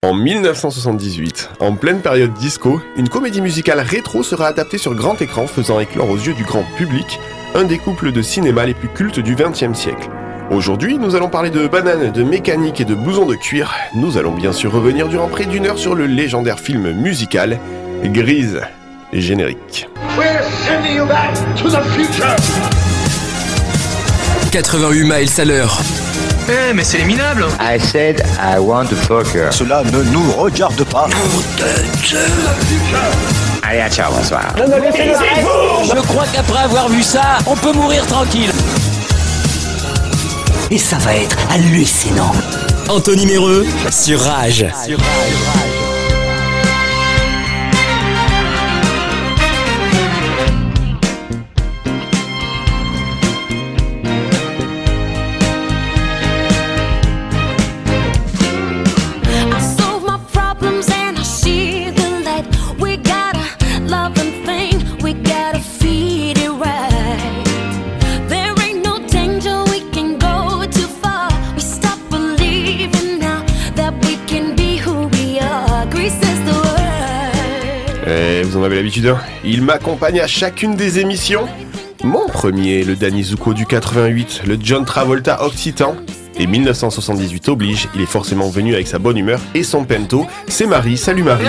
En 1978, en pleine période disco, une comédie musicale rétro sera adaptée sur grand écran, faisant éclore aux yeux du grand public un des couples de cinéma les plus cultes du XXe siècle. Aujourd'hui, nous allons parler de bananes, de mécanique et de blousons de cuir. Nous allons bien sûr revenir durant près d'une heure sur le légendaire film musical Grease, générique. We're sending you back to the future. 88 miles à l'heure. Eh, mais c'est les minables. I said I want to fucker. Cela ne nous regarde pas. Allez, ciao, bonsoir. Je crois qu'après avoir vu ça, on peut mourir tranquille. Et ça va être hallucinant. Anthony Méreux sur Rage. Vous en avez l'habitude, hein. Il m'accompagne à chacune des émissions. Mon premier, le Danny Zuko du 88, le John Travolta occitan. Et 1978 oblige, il est forcément venu avec sa bonne humeur et son pento. C'est Marie, salut Marie.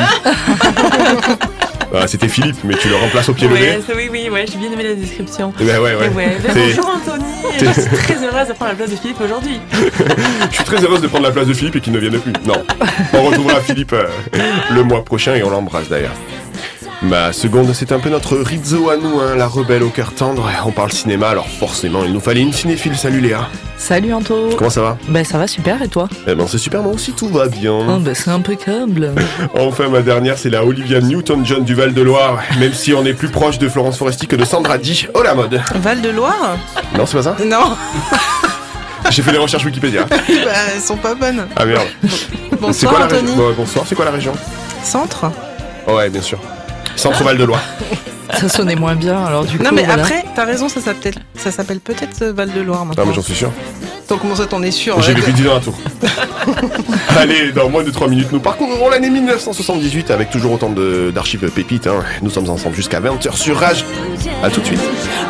Ah, c'était Philippe, mais tu le remplaces au pied levé. Oui, j'ai bien aimé la description. Ouais. Bonjour Anthony, je suis très heureuse de prendre la place de Philippe aujourd'hui. Je suis très heureuse de prendre la place de Philippe et qu'il ne vienne plus. Non, on retrouvera Philippe le mois prochain et on l'embrasse d'ailleurs. Ma seconde, c'est un peu notre Rizzo à nous, hein, la rebelle au cœur tendre. On parle cinéma, alors forcément, il nous fallait une cinéphile. Salut Léa. Salut Anto. Comment ça va ? Ben ça va super, et toi ? Eh ben c'est super, moi aussi tout va bien. Oh ben c'est impeccable. Enfin, ma dernière, c'est la Olivia Newton-John du Val-de-Loire. Même si on est plus proche de Florence Foresti que de Sandra Dee. Oh la mode. Val-de-Loire ? Non, c'est pas ça ? Non. J'ai fait des recherches Wikipédia. Bah elles sont pas bonnes. Ah merde. Bonsoir c'est quoi Anthony. Bonsoir, c'est quoi la région ? Centre ? Ouais, bien sûr. Centre Val-de-Loire. Ça sonnait moins bien, alors du coup. Non mais voilà. après, t'as raison, ça s'appelle peut-être Val-de-Loire maintenant. Non mais j'en suis sûr. Donc comment ça t'en es sûr ? J'ai vécu 10 ans à Tours. Allez, dans moins de 3 minutes, nous parcourrons l'année 1978 avec toujours autant d'archives pépites. Hein. Nous sommes ensemble jusqu'à 20h sur Rage. A tout de suite.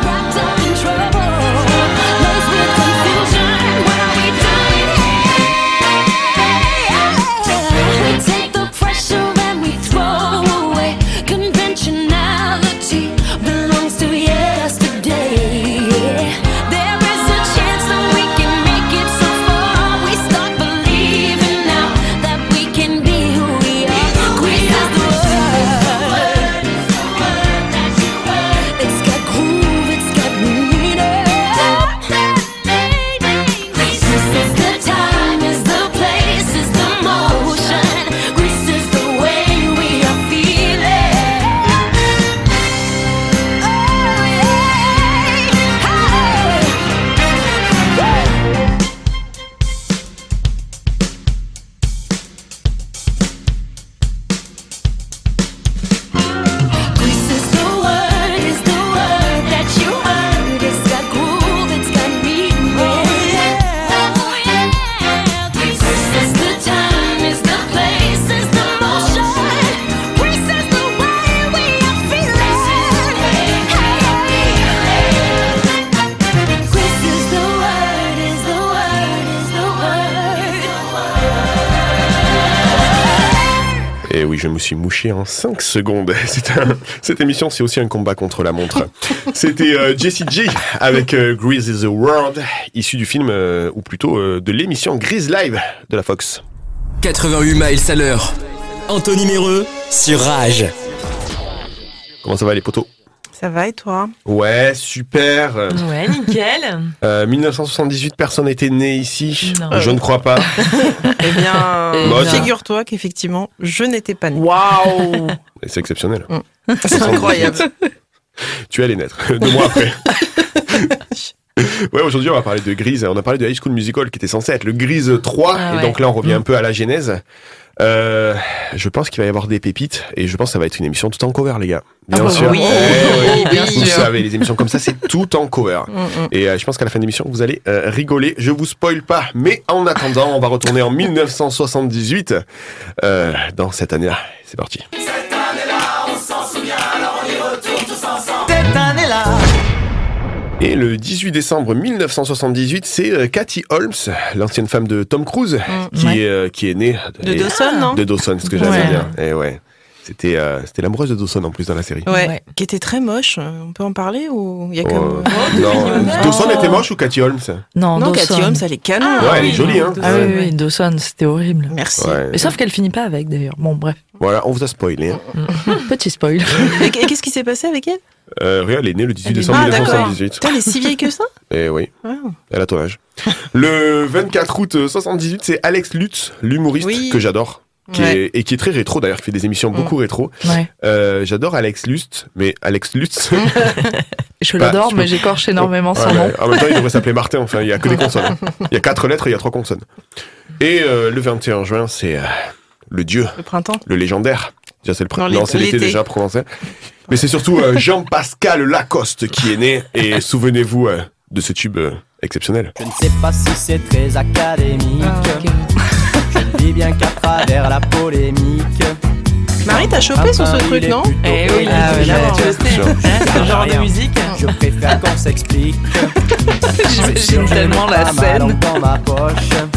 Et oui, je me suis mouché en 5 secondes. Cette émission, c'est aussi un combat contre la montre. C'était Jessie J avec Grease is the World, issu du film, ou plutôt de l'émission Grease Live de la Fox. 88 miles à l'heure. Anthony Méreux sur Rage. Comment ça va les potos ? Ça va et toi ? Ouais, super. Ouais, nickel. 1978, personne n'était né ici. Non. Je ne crois pas. Eh bien, Mode. figure-toi qu'effectivement, je n'étais pas née. Waouh. C'est exceptionnel. C'est incroyable. Tu allais naître 2 mois après. Ouais, aujourd'hui on va parler de Grease. On a parlé de High School Musical qui était censé être le Grease 3. Ah et ouais. donc là on revient un peu à la genèse. Je pense qu'il va y avoir des pépites et je pense que ça va être une émission tout en cover, les gars. Bien sûr. Oui, bien Vous sûr. savez, les émissions comme ça, c'est tout en cover. Et je pense qu'à la fin de l'émission, vous allez rigoler. Je vous spoil pas, mais en attendant, on va retourner en 1978 dans cette année-là. C'est parti. Cette année-là, on s'en souvient, alors on y retourne tous ensemble. Cette année-là. Et le 18 décembre 1978, c'est Katie Holmes, l'ancienne femme de Tom Cruise, qui est née De Dawson, non? De Dawson, c'est ce que j'allais dire. Et ouais. C'était l'amoureuse de Dawson en plus dans la série. Ouais, qui était très moche. On peut en parler ou il y a comme... Non, Dawson était moche ou Katie Holmes? Non, Katie Holmes, elle est canon. Ouais, elle est jolie, hein. Ah oui, Dawson, c'était horrible. Merci. Ouais. Mais sauf qu'elle finit pas avec d'ailleurs. Bon, bref. Voilà, on vous a spoilé. Hein. Petit spoil. Et qu'est-ce qui s'est passé avec elle? Regarde, elle est née le 18 décembre d'accord. 1978. Putain, elle est si vieille que ça? Et oui, Wow. elle a ton âge. Le 24 août 78, c'est Alex Lutz, l'humoriste que j'adore. Qui est très rétro d'ailleurs, qui fait des émissions beaucoup rétro. Ouais. J'adore Alex Lutz, mais Alex Lutz. Je l'adore, mais j'écorche énormément son nom. En même temps, il devrait s'appeler Martin, enfin, il n'y a que des consonnes. Il y a 4 lettres et il y a 3 consonnes. Et le 21 juin, c'est le dieu. Le printemps. Le légendaire. Déjà, c'est le printemps. Non, Non, c'est l'été déjà, provençal. Mais c'est surtout Jean-Pascal Lacoste qui est né. Et souvenez-vous de ce tube exceptionnel. Je ne sais pas si c'est très académique. Je ne vis bien qu'à travers la polémique. Marie, t'as chopé sur ce truc, non? Eh oui, ce genre de musique. Je préfère qu'on s'explique. J'imagine tellement la scène. Dans ma poche.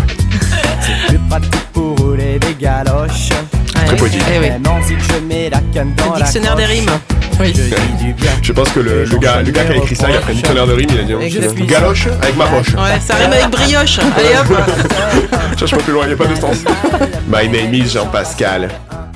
C'est plus pratique pour rouler des galoches. Très poétique. Vraiment, si je mets la canne dans Le dictionnaire la des rimes. Oui. Je pense que le gars qui a écrit ça, il a fait un dictionnaire de rimes, il a dit galoche avec ma poche. Ouais, ça rime avec brioche. Allez hop. Cherche pas plus loin, il n'y a pas de sens. My name is Jean-Pascal.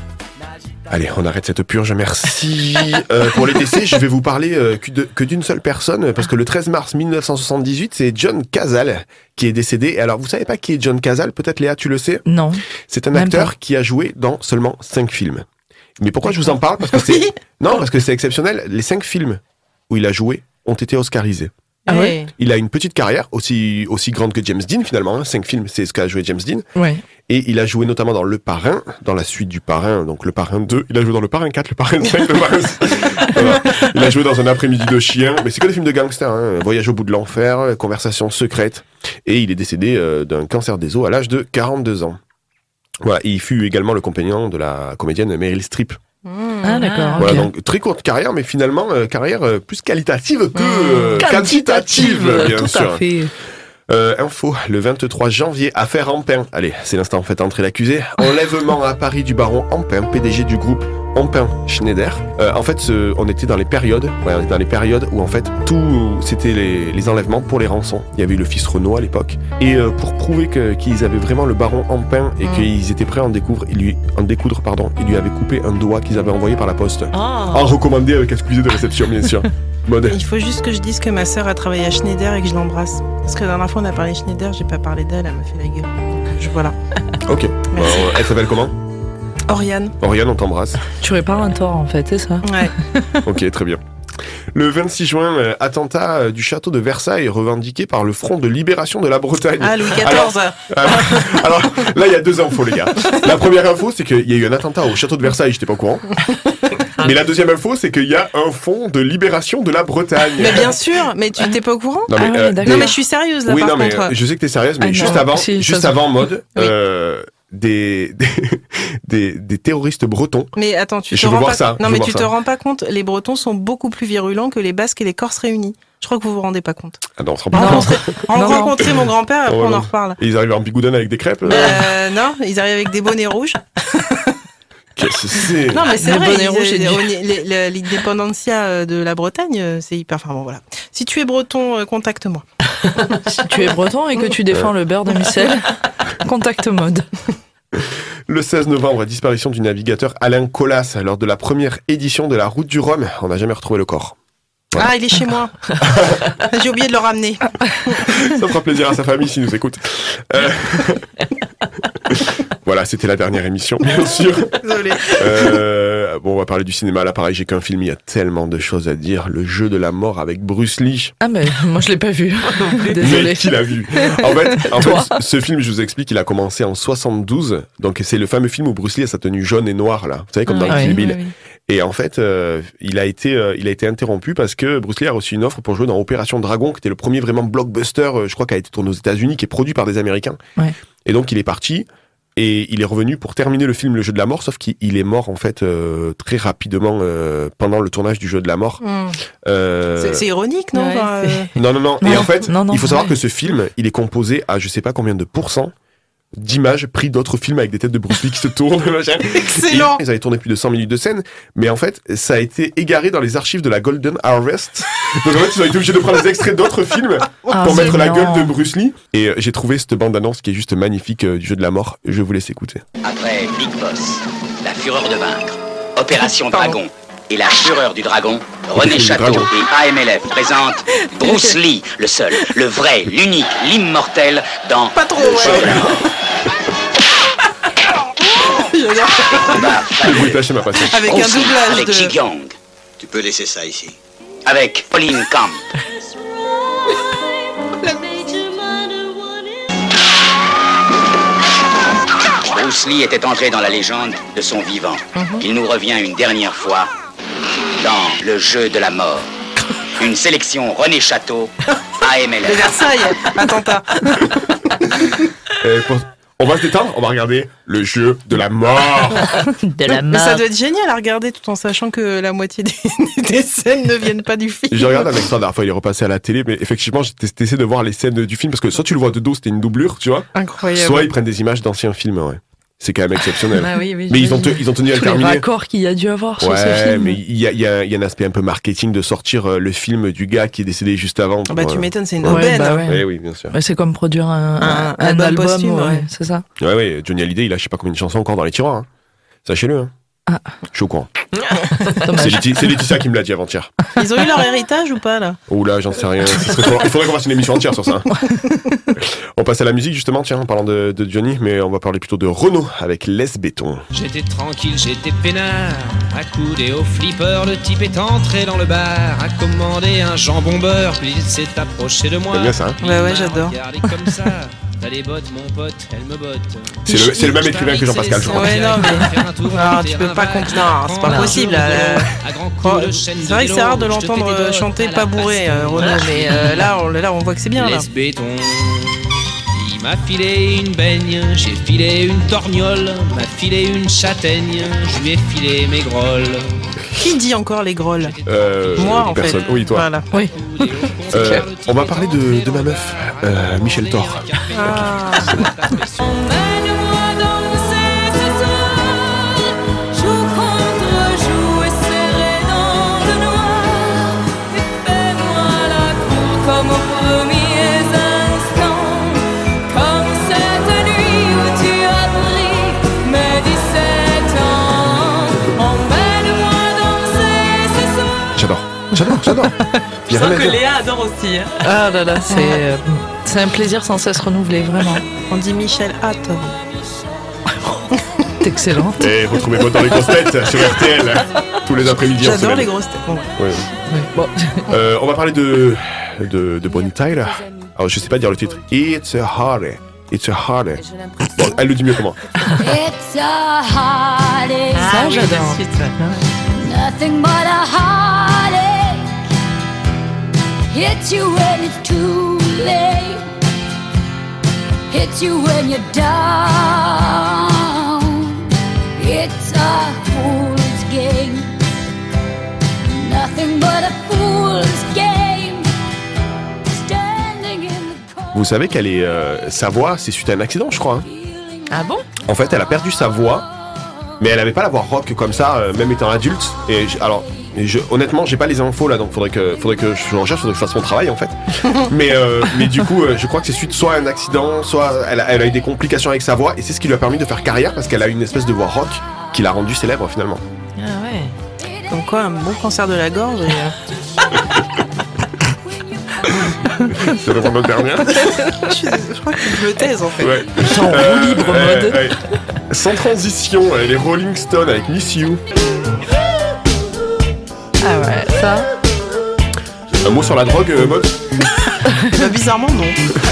Allez, on arrête cette purge, merci. Pour les décès, je vais vous parler que d'une seule personne, parce que le 13 mars 1978, c'est John Cazale qui est décédé. Alors, vous savez pas qui est John Cazale? Peut-être Léa, tu le sais? Non. C'est un acteur qui a joué dans seulement 5 films. Mais pourquoi je vous en parle? Parce que c'est non, parce que c'est exceptionnel. Les 5 films où il a joué ont été oscarisés. Ah ouais? Il a une petite carrière aussi grande que James Dean finalement. Hein. 5 films, c'est ce qu'a joué James Dean. Ouais. Et il a joué notamment dans Le Parrain, dans la suite du Parrain, donc Le Parrain 2. Il a joué dans Le Parrain 4, Le Parrain 5, Le Parrain 6. Voilà. Il a joué dans Un après-midi de chien. Mais c'est que des films de gangsters. Hein. Voyage au bout de l'enfer, Conversation secrète. Et il est décédé d'un cancer des os à l'âge de 42 ans. Voilà. Et il fut également le compagnon de la comédienne Meryl Streep. Ah d'accord. Voilà, Okay. donc très courte carrière, mais finalement carrière plus qualitative que quantitative, bien tout sûr. À fait. Info, le 23 janvier, affaire Ampin. Allez, c'est l'instant, faites entrer l'accusé. Enlèvement à Paris du baron Ampin, PDG du groupe Ampin Schneider. En fait, on était dans les périodes où en fait c'était les enlèvements pour les rançons. Il y avait eu le fils Renaud à l'époque, et pour prouver qu'ils avaient vraiment le baron Ampin et qu'ils étaient prêts à en découdre, il lui avait coupé un doigt qu'ils avaient envoyé par la poste. En recommandé avec excusé de réception, bien sûr. Mode. Il faut juste que je dise que ma sœur a travaillé à Schneider et que je l'embrasse. Parce que la dernière fois on a parlé Schneider, j'ai pas parlé d'elle, elle m'a fait la gueule. Donc voilà. Ok. Elle s'appelle comment? Oriane. Oriane, on t'embrasse. Tu répares un tort en fait, c'est ça? Ouais. Ok, très bien. Le 26 juin, attentat du château de Versailles revendiqué par le Front de Libération de la Bretagne. Ah, Louis XIV. Alors, là, il y a 2 infos, les gars. La première info, c'est qu'il y a eu un attentat au château de Versailles, j'étais pas au courant. Mais la deuxième info, c'est qu'il y a un Front de Libération de la Bretagne. Mais bien sûr, mais tu t'es pas au courant? Non, mais, non, mais je suis sérieuse là, oui, par non, contre. mais je sais que t'es sérieuse, mais juste si, avant, mode, oui. Des terroristes bretons. Mais attends, tu je te veux rends voir pas ça. Non, mais tu te rends pas compte, les Bretons sont beaucoup plus virulents que les Basques et les Corses réunis. Je crois que vous vous rendez pas compte. Ah non, on se rend pas compte. Rencontrer mon grand-père, après on en reparle. Et ils arrivent en bigoudane avec des crêpes non, ils arrivent avec des bonnets rouges. Qu'est-ce que c'est? Non, mais c'est vrai, bonnets rouges, l'indépendantsia de la Bretagne, c'est hyper... Enfin bon, voilà. Si tu es breton, contacte-moi. Si tu es breton et que tu défends le beurre de Micelle, contacte Mode. Le 16 novembre, disparition du navigateur Alain Colas lors de la première édition de la Route du Rhum. On n'a jamais retrouvé le corps. Voilà. Ah, il est chez moi. J'ai oublié de le ramener. Ça fera plaisir à sa famille s'il nous écoute. Voilà, c'était la dernière émission, bien sûr. Désolé. Bon, on va parler du cinéma. Là, pareil, j'ai qu'un film, il y a tellement de choses à dire. Le jeu de la mort avec Bruce Lee. Ah, mais moi, je l'ai pas vu. Désolé. Mais qui l'a vu? En fait, ce film, je vous explique, il a commencé en 72. Donc, c'est le fameux film où Bruce Lee a sa tenue jaune et noire, là. Vous savez, comme dans Kill Bill. Et en fait, il a été interrompu parce que Bruce Lee a reçu une offre pour jouer dans Opération Dragon, qui était le premier vraiment blockbuster, je crois, qui a été tourné aux États-Unis, qui est produit par des Américains. Ouais. Et donc, il est parti. Et il est revenu pour terminer le film Le Jeu de la Mort, sauf qu'il est mort en fait très rapidement pendant le tournage du Jeu de la Mort. C'est ironique, non? Non. Et en fait, il faut savoir que ce film, il est composé à je sais pas combien de pourcents d'images prises d'autres films avec des têtes de Bruce Lee qui se tournent. Excellent. Ils avaient tourné plus de 100 minutes de scène, mais en fait, ça a été égaré dans les archives de la Golden Harvest. Donc en fait, ils ont été obligés de prendre des extraits d'autres films pour mettre la gueule de Bruce Lee. Et j'ai trouvé cette bande-annonce qui est juste magnifique du Jeu de la Mort. Je vous laisse écouter. Après Big Boss, La Fureur de Vaincre, Opération Dragon et La Fureur du Dragon, René Château et AMLF présentent Bruce Lee, le seul, le vrai, l'unique, l'immortel dans Pas trop, Le Jeu de la Mort. Avec un doublage avec Ji Young. Tu peux laisser ça ici. Avec Pauline Camp. Bruce Lee était entré dans la légende de son vivant. Il nous revient une dernière fois dans Le Jeu de la Mort. Une sélection René Château, AMLF. De Versailles, attentat. On va se détendre, on va regarder Le Jeu de la Mort. Mais ça doit être génial à regarder tout en sachant que la moitié des scènes ne viennent pas du film. Je regarde avec ça, la dernière fois il est repassé à la télé, mais effectivement j'ai essayé de voir les scènes du film parce que soit tu le vois de dos, c'était une doublure, tu vois. Incroyable. Soit ils prennent des images d'anciens films, ouais. C'est quand même exceptionnel. Ah oui, mais ils ont tenu à le terminer. Les raccords qu'il y a dû avoir sur ce film. Ouais, mais il y a un aspect un peu marketing de sortir le film du gars qui est décédé juste avant. Bah tu m'étonnes, c'est une aubaine. Oui, bien sûr. Ouais, c'est comme produire un album posthume, ouais, c'est ça. Ouais, Johnny Hallyday, il a je sais pas combien de chansons encore dans les tiroirs. Hein. Sachez-le. Hein. Ah. Je suis au courant. C'est Laetitia qui me l'a dit avant-hier. Ils ont eu leur héritage ou pas là? Oh là, j'en sais rien. Il faudrait qu'on fasse une émission entière sur ça. On passe à la musique justement, tiens, en parlant de Johnny, mais on va parler plutôt de Renaud avec Les Béton. J'étais tranquille, j'étais peinard, accoudé au flipper, le type est entré dans le bar, a commandé un jambon beurre, puis il s'est approché de moi. T'aimes bien ça, hein? Ouais, j'adore. Comme ça. T'as les bottes, mon pote, elle me botte. C'est le même écrivain que Jean-Pascal, je crois. Ouais, non, mais. Non, tu peux pas comprendre. Non, c'est pas possible. C'est vrai que c'est rare de l'entendre chanter pas bourré, Renaud, mais là, on voit que c'est bien. Là. Béton. Il m'a filé une baigne, j'ai filé une torgnole, m'a filé une châtaigne, je lui ai filé mes grolles. Qui dit encore les grolles? Moi, en personne. Fait. Oui, toi. Voilà. Oui. On va parler de ma meuf, Michel Thor. Ah. J'adore. Je sens que Léa adore aussi. Hein. Ah là là, c'est un plaisir sans cesse renouvelé, vraiment. On dit Michel Hatt. C'est excellent. Et retrouvez-moi dans les grosses têtes sur RTL tous les après-midi. J'adore les grosses têtes. Bon. Ouais. Bon. On va parler de Bonnie Tyler. Alors je sais pas dire le titre. It's a Heartache. Bon, elle le dit mieux que moi. It's a heartache. Ça j'adore. Nothing but a heartache. Hits you when it's too late. Hits you when you're down. It's a fool's game. Nothing but a fool's game. Standing in the cold. Vous savez qu'elle est sa voix, c'est suite à un accident, je crois. Hein. Ah bon? En fait, elle a perdu sa voix, mais elle avait pas la voix rock comme ça, même étant adulte. Et honnêtement, j'ai pas les infos là, donc faudrait que je recherche, faudrait que je fasse mon travail en fait. mais du coup, je crois que c'est suite soit à un accident, soit elle a eu des complications avec sa voix, et c'est ce qui lui a permis de faire carrière parce qu'elle a une espèce de voix rock qui l'a rendue célèbre finalement. Ah ouais. Comme quoi, un bon cancer de la gorge. C'est vraiment notre dernière. Je crois que je me taise en fait. Ouais. T'es en roue libre mode. Ouais. Sans transition, les Rolling Stones avec Miss You. Ah ouais, ça. Un mot sur la drogue, Maud? Bah, bizarrement, non.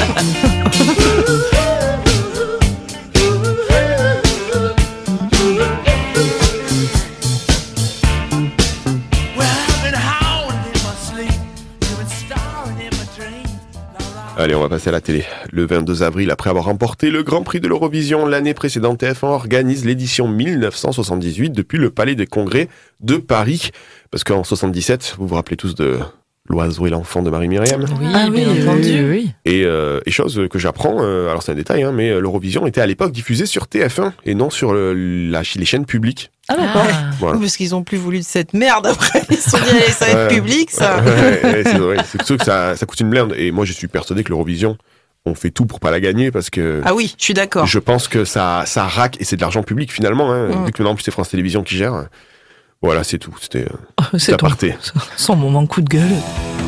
Allez, on va passer à la télé. Le 22 avril, après avoir remporté le Grand Prix de l'Eurovision l'année précédente, TF1 organise l'édition 1978 depuis le Palais des Congrès de Paris. Parce qu'en 77, vous vous rappelez tous de L'Oiseau et l'Enfant de Marie-Myriam. Oui, bien entendu. Oui. Et chose que j'apprends, alors c'est un détail, mais l'Eurovision était à l'époque diffusée sur TF1 et non sur les chaînes publiques. Ah d'accord. Voilà. Parce qu'ils ont plus voulu de cette merde après. Ils se sont dit, allez, ça va être public, ça. C'est vrai. C'est sûr que ça coûte une blinde. Et moi, je suis persuadé que l'Eurovision, on fait tout pour pas la gagner parce que. Ah oui, je suis d'accord. Je pense que ça raque et c'est de l'argent public finalement. Vu que maintenant, en plus, c'est France Télévisions qui gère. Voilà, c'est tout. C'était aparté. Son moment coup de gueule.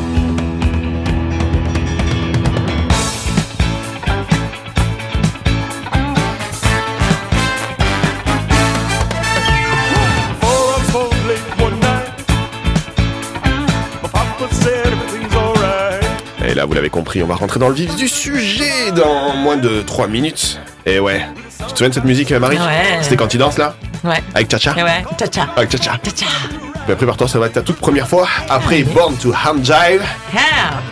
Et là, vous l'avez compris, on va rentrer dans le vif du sujet dans moins de 3 minutes. Et ouais. Tu te souviens de cette musique, Marie? Ouais. C'était quand tu danses là? Ouais. Avec Cha-Cha? Ouais, Cha-Cha. Avec Cha-Cha. Cha-Cha. Ben, prépare-toi, ça va être ta toute première fois. Après Born to Hand Jive. Yeah.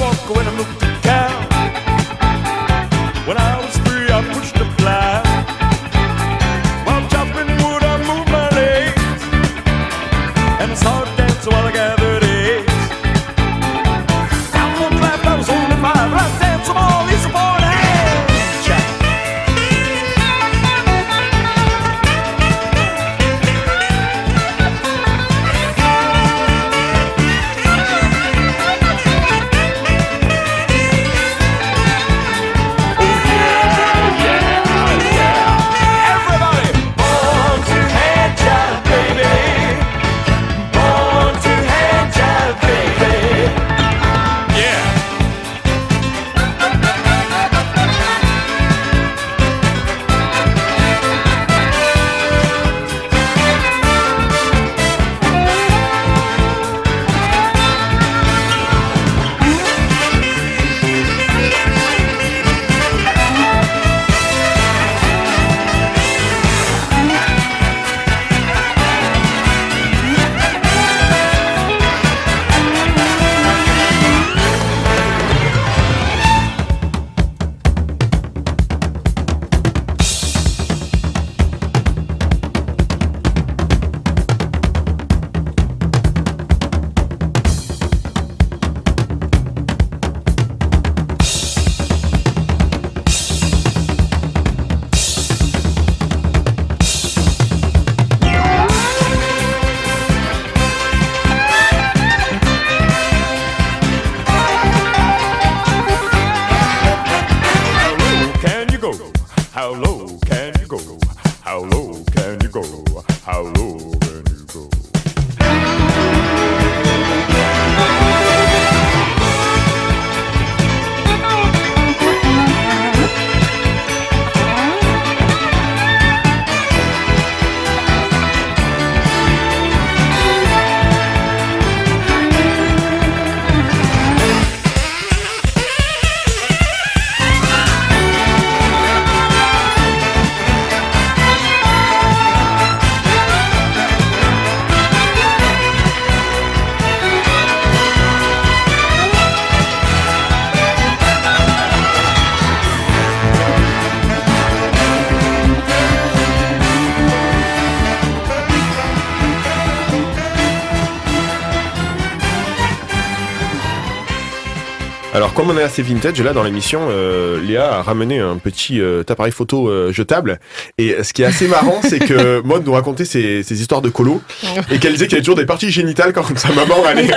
Alors comme on est assez vintage là dans l'émission, Léa a ramené un petit appareil photo jetable. Et ce qui est assez marrant, c'est que Maud nous racontait ses histoires de colo et qu'elle disait qu'il y avait toujours des parties génitales quand sa maman allait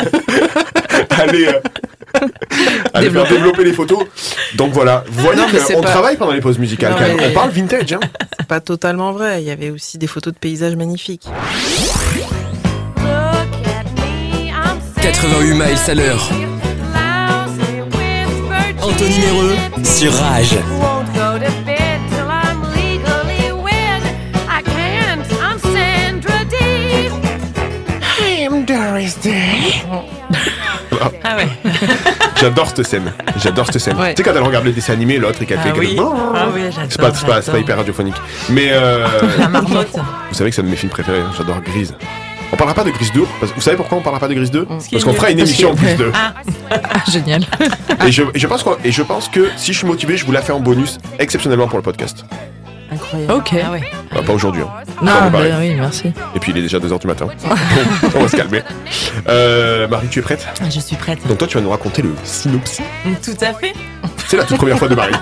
faire développer les photos. Donc voilà, vous voyez qu'on travaille pendant les pauses musicales quand même. On parle vintage. Hein. C'est pas totalement vrai, il y avait aussi des photos de paysages magnifiques. 88 miles à l'heure. Anthony Méreux sur Rage. Won't go to bed till I'm legally wed. I can't, I'm Sandra Dee. I am Doris Day. Ah ouais. J'adore cette scène. Ouais. Tu sais quand elle regarde le dessin animé, l'autre et qu'elle fait oui. Ah oui, j'adore. C'est pas hyper radiophonique. Mais La marmotte. vous savez que c'est un de mes films préférés. J'adore Grise. On parlera pas de Grise 2. Vous savez pourquoi on parlera pas de Grise 2 Parce qu'on fera une émission en Grise 2. Génial. Et je pense que si je suis motivé, je vous la fais en bonus exceptionnellement pour le podcast. Incroyable. Ok. Ah ouais. Pas aujourd'hui. Non, Ça, on va parler. oui, merci. Et puis il est déjà 2h du matin. On va se calmer. Marie, tu es prête ? Je suis prête. Donc toi, tu vas nous raconter le synopsis. Tout à fait. C'est la toute première fois de Marie.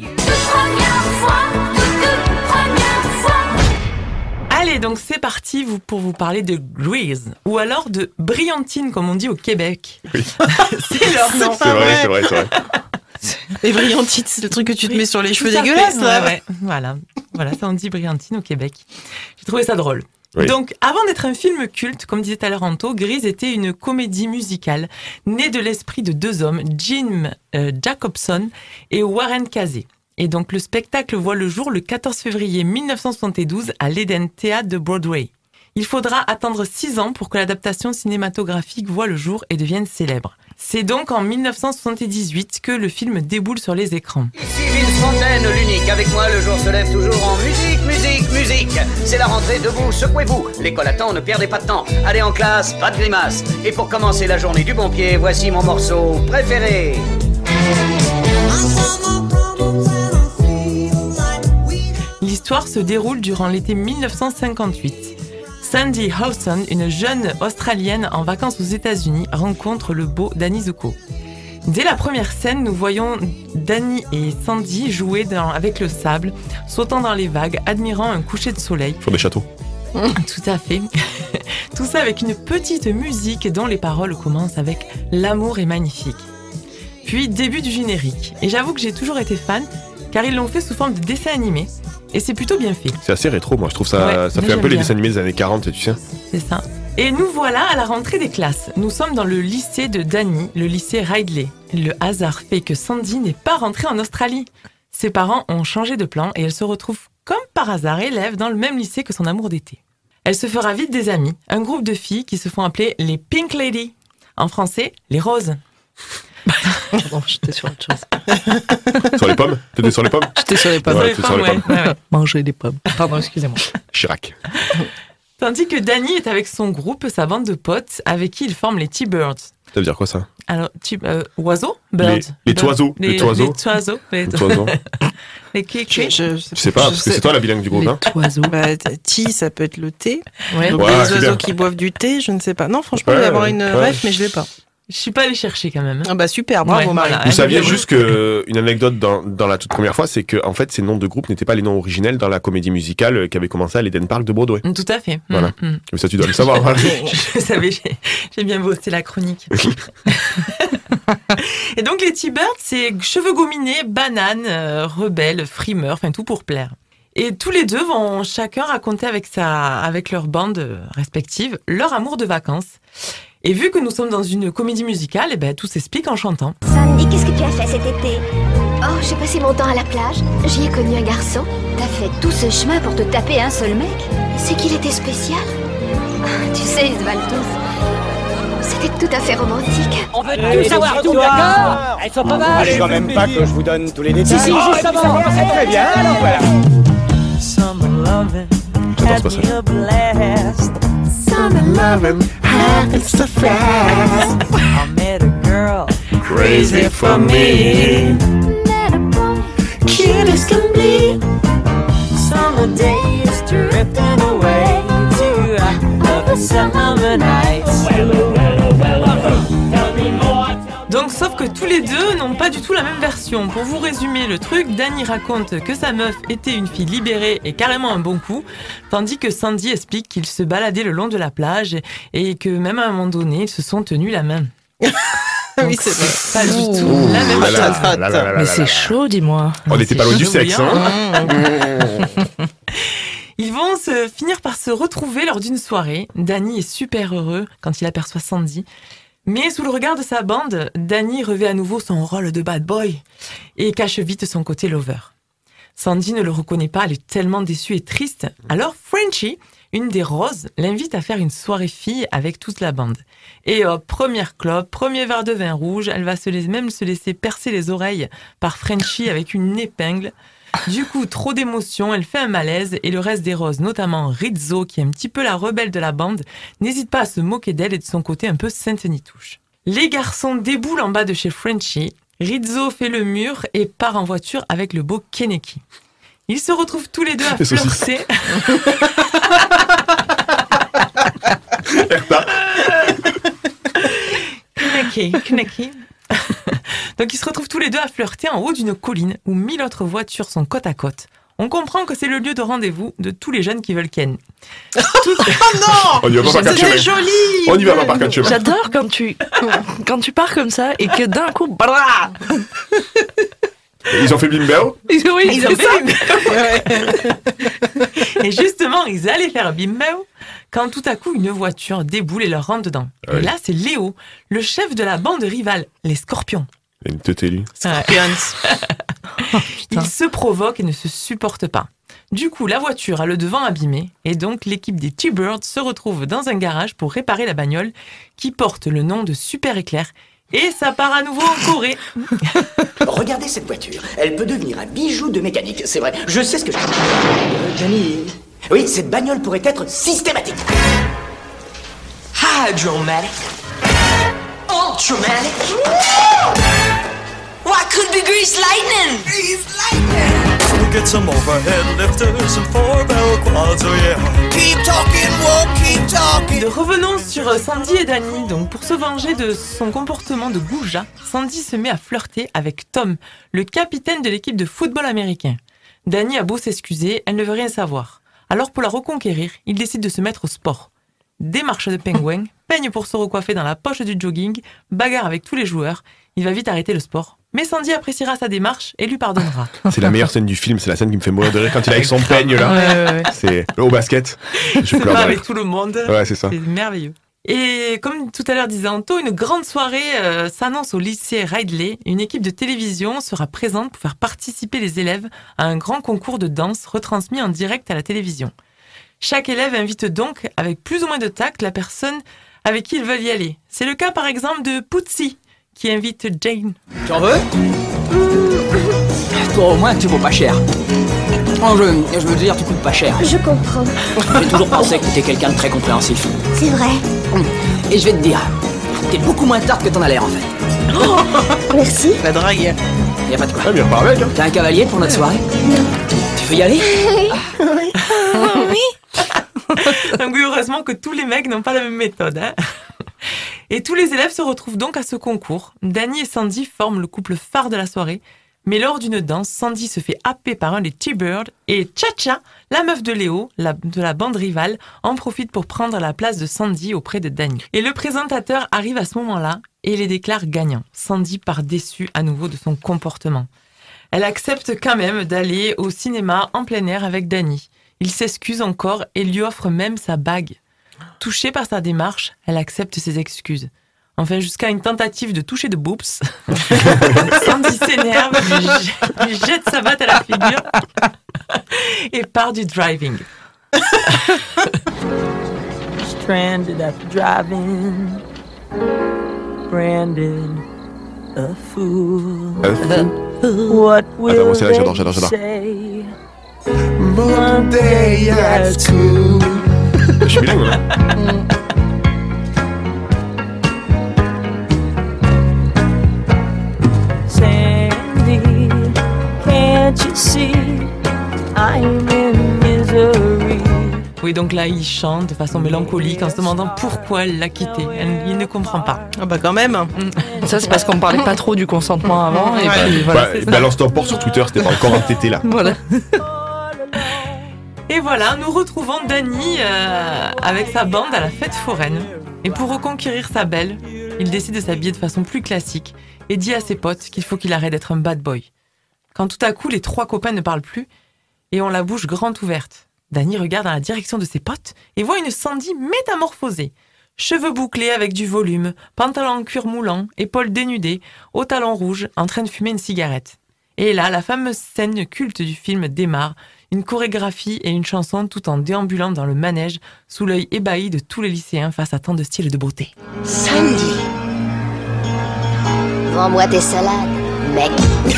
Allez, donc c'est parti pour vous parler de Grease, ou alors de Brillantine, comme on dit au Québec. Oui. C'est leur nom. C'est vrai. Et brillantine, c'est le truc que tu te mets sur les cheveux Tout à dégueulasses, fait. là. Ouais. Voilà, ça on dit Brillantine au Québec. J'ai trouvé ça drôle. Oui. Donc, avant d'être un film culte, comme disait tout à l'heure Anto, Grease était une comédie musicale née de l'esprit de deux hommes, Jim Jacobson et Warren Casey. Et donc, le spectacle voit le jour le 14 février 1972 à l'Eden Theatre de Broadway. Il faudra attendre 6 ans pour que l'adaptation cinématographique voie le jour et devienne célèbre. C'est donc en 1978 que le film déboule sur les écrans. Ici Vince Fontaine, l'unique. Avec moi, le jour se lève toujours en musique, musique, musique. C'est la rentrée, debout, secouez-vous. L'école attend, ne perdez pas de temps. Allez en classe, pas de grimace. Et pour commencer la journée du bon pied, voici mon morceau préféré. L'histoire se déroule durant l'été 1958. Sandy Hawson, une jeune Australienne en vacances aux États-Unis, rencontre le beau Danny Zuko. Dès la première scène, nous voyons Danny et Sandy jouer avec le sable, sautant dans les vagues, admirant un coucher de soleil. Sur des châteaux. Tout à fait. Tout ça avec une petite musique dont les paroles commencent avec « L'amour est magnifique ». Puis début du générique. Et j'avoue que j'ai toujours été fan, car ils l'ont fait sous forme de dessin animé. Et c'est plutôt bien fait. C'est assez rétro, moi je trouve ça. Ouais, ça fait un peu les bien. dessins animés des années 40, tu sais. C'est ça. Et nous voilà à la rentrée des classes. Nous sommes dans le lycée de Danny, le lycée Ridley. Le hasard fait que Sandy n'est pas rentrée en Australie. Ses parents ont changé de plan et elle se retrouve comme par hasard élève dans le même lycée que son amour d'été. Elle se fera vite des amis, un groupe de filles qui se font appeler les Pink Lady. En français, les roses. Pardon, j'étais sur autre chose. Sur les pommes ? T'étais sur les pommes ? J'étais sur les pommes. Ouais, t'étais sur les pommes. Ouais. Manger des pommes. Pardon, excusez-moi. Chirac. Tandis que Danny est avec son groupe, sa bande de potes, avec qui il forme les T-Birds. Ça veut dire quoi ça ? Alors, oiseaux ? Birds. Les toiseaux. Les toiseaux. Les toiseaux. Les qui Je sais pas, parce que c'est toi la bilingue du groupe, hein ? Oiseaux. Tea, ça peut être le thé. Ouais. Donc Ouais, les c'est oiseaux bien. qui boivent du thé, je ne sais pas. Non, franchement, il va y avoir une ref, mais je l'ai pas. Je suis pas allée chercher quand même. Ah bah super, bravo Ouais, Marie. voilà. Vous saviez juste qu'une anecdote dans la toute première fois, c'est que en fait, ces noms de groupes n'étaient pas les noms originels dans la comédie musicale qui avait commencé à l'Eden Park de Broadway. Tout à fait. Voilà. Mais ça, tu dois le savoir. Voilà. Je savais, j'ai bien bossé la chronique. Et donc les T-Birds, c'est cheveux gominés, bananes, rebelles, frimeurs, enfin tout pour plaire. Et tous les deux vont chacun raconter avec leur bande respective leur amour de vacances. Et vu que nous sommes dans une comédie musicale, eh ben, tout s'explique en chantant. Sandy, qu'est-ce que tu as fait cet été? Oh, j'ai passé mon temps à la plage. J'y ai connu un garçon. T'as fait tout ce chemin pour te taper un seul mec? C'est qu'il était spécial. Tu sais, ils se valent tous. C'était tout à fait romantique. On veut tout savoir, tout, d'accord? Elles sont pas mal. Allez, quand même pas que je vous donne tous les détails. Si, juste avant. C'est très bien, alors voilà. J'adore ce passage. Summer loving happens so fast. I met a girl crazy for me. Met a boy cute as can be. Summer days drifting away to other summer nights. Donc, sauf que tous les deux n'ont pas du tout la même version. Pour vous résumer le truc, Danny raconte que sa meuf était une fille libérée et carrément un bon coup, tandis que Sandy explique qu'ils se baladaient le long de la plage et que même à un moment donné, ils se sont tenus la main. Donc, oui, c'est vrai. pas du tout la même chose. Mais c'est chaud, dis-moi. On n'était pas loin du sexe, hein. Ils vont finir par se retrouver lors d'une soirée. Danny est super heureux quand il aperçoit Sandy. Mais sous le regard de sa bande, Danny revêt à nouveau son rôle de bad boy et cache vite son côté lover. Sandy ne le reconnaît pas, elle est tellement déçue et triste. Alors Frenchie, une des roses, l'invite à faire une soirée fille avec toute la bande. Et hop, première clope, premier verre de vin rouge, elle va même se laisser percer les oreilles par Frenchie avec une épingle. Du coup, trop d'émotions, elle fait un malaise et le reste des roses, notamment Rizzo, qui est un petit peu la rebelle de la bande, n'hésite pas à se moquer d'elle et de son côté un peu sainte-nitouche. Les garçons déboulent en bas de chez Frenchie. Rizzo fait le mur et part en voiture avec le beau Keneki. Ils se retrouvent tous les deux à flirter. Keneki. Donc ils se retrouvent tous les deux à flirter en haut d'une colline où 1000 autres voitures sont côte à côte. On comprend que c'est le lieu de rendez-vous de tous les jeunes qui veulent Ken. Oh non! On y va pas par quatre chemins. C'est joli! On y va pas par quatre chemins. J'adore quand tu pars comme ça et que d'un coup, brrr. Ils ont fait Bimbao? Oui, ils ont fait Bimbao. Et justement, ils allaient faire Bimbao quand tout à coup une voiture déboule et leur rentre dedans. Et là, c'est Léo, le chef de la bande rivale, les Scorpions. Il a une tête élue. Ils se provoquent et ne se supportent pas. Du coup, la voiture a le devant abîmé et donc l'équipe des T-Birds se retrouve dans un garage pour réparer la bagnole qui porte le nom de Super Éclair. Et ça part à nouveau en Corée. Regardez cette voiture. Elle peut devenir un bijou de mécanique. C'est vrai. Je sais ce que je... Danny... Oui, cette bagnole pourrait être systématique. Hydromatic. Ultramatic. Why could be grease lightning? Grease lightning. Get some overhead lifters and 4-barrel quads, oh yeah. Keep talking, won't keep talking. Revenons sur Sandy et Danny. Donc, pour se venger de son comportement de goujat, Sandy se met à flirter avec Tom, le capitaine de l'équipe de football américain. Danny a beau s'excuser, elle ne veut rien savoir. Alors, pour la reconquérir, il décide de se mettre au sport. Démarche de pingouin, peigne pour se recoiffer dans la poche du jogging, bagarre avec tous les joueurs. Il va vite arrêter le sport. Mais Sandy appréciera sa démarche et lui pardonnera. C'est la meilleure scène du film, c'est la scène qui me fait mourir de rire quand il est avec son peigne là. Ouais. C'est au basket. Je pleure avec tout le monde. Ouais, c'est ça. C'est merveilleux. Et comme tout à l'heure disait Anto, une grande soirée s'annonce au lycée Ridley. Une équipe de télévision sera présente pour faire participer les élèves à un grand concours de danse retransmis en direct à la télévision. Chaque élève invite donc, avec plus ou moins de tact, la personne avec qui ils veulent y aller. C'est le cas par exemple de Pootsie, qui invite Jane. Tu en veux? Toi au moins tu vaux pas cher. Oh, je veux dire, tu coûtes pas cher. Je comprends. J'ai toujours pensé que t'étais quelqu'un de très compréhensif. C'est vrai. Et je vais te dire, t'es beaucoup moins tarte que t'en as l'air en fait. Oh, merci. La drague. Y a pas de quoi. Ah, bien pas avec, hein. T'as un cavalier pour notre soirée? Non. Tu veux y aller? Oui. Oui. Donc oui, heureusement que tous les mecs n'ont pas la même méthode. Hein. Et tous les élèves se retrouvent donc à ce concours. Danny et Sandy forment le couple phare de la soirée. Mais lors d'une danse, Sandy se fait happer par un des T-Birds et Cha-Cha, la meuf de Léo, de la bande rivale, en profite pour prendre la place de Sandy auprès de Danny. Et le présentateur arrive à ce moment-là et les déclare gagnants. Sandy part déçue à nouveau de son comportement. Elle accepte quand même d'aller au cinéma en plein air avec Danny. Il s'excuse encore et lui offre même sa bague. Touchée par sa démarche, elle accepte ses excuses. Enfin, jusqu'à une tentative de toucher de boobs. Sandy s'énerve, lui jette sa batte à la figure et part du driving. Stranded after driving, branded a fool. What will j'adore. say? Monday afternoon. Je suis bilingue, là. Sandy, can't you see I'm in misery? Oui, donc là, il chante de façon mélancolique en se demandant pourquoi elle l'a quitté. Il ne comprend pas. Ah bah quand même. Ça, c'est parce qu'on parlait pas trop du consentement avant. Et puis, voilà. Balance ton port sur Twitter, c'était pas encore un tété là. Voilà. Et voilà, nous retrouvons Danny avec sa bande à la fête foraine. Et pour reconquérir sa belle, il décide de s'habiller de façon plus classique et dit à ses potes qu'il faut qu'il arrête d'être un bad boy. Quand tout à coup, les trois copains ne parlent plus et ont la bouche grande ouverte. Danny regarde dans la direction de ses potes et voit une Sandy métamorphosée. Cheveux bouclés avec du volume, pantalon en cuir moulant, épaules dénudées, aux talons rouges, en train de fumer une cigarette. Et là, la fameuse scène culte du film démarre, une chorégraphie et une chanson tout en déambulant dans le manège, sous l'œil ébahi de tous les lycéens face à tant de style et de beauté. Sandy. Vends-moi tes salades, mec.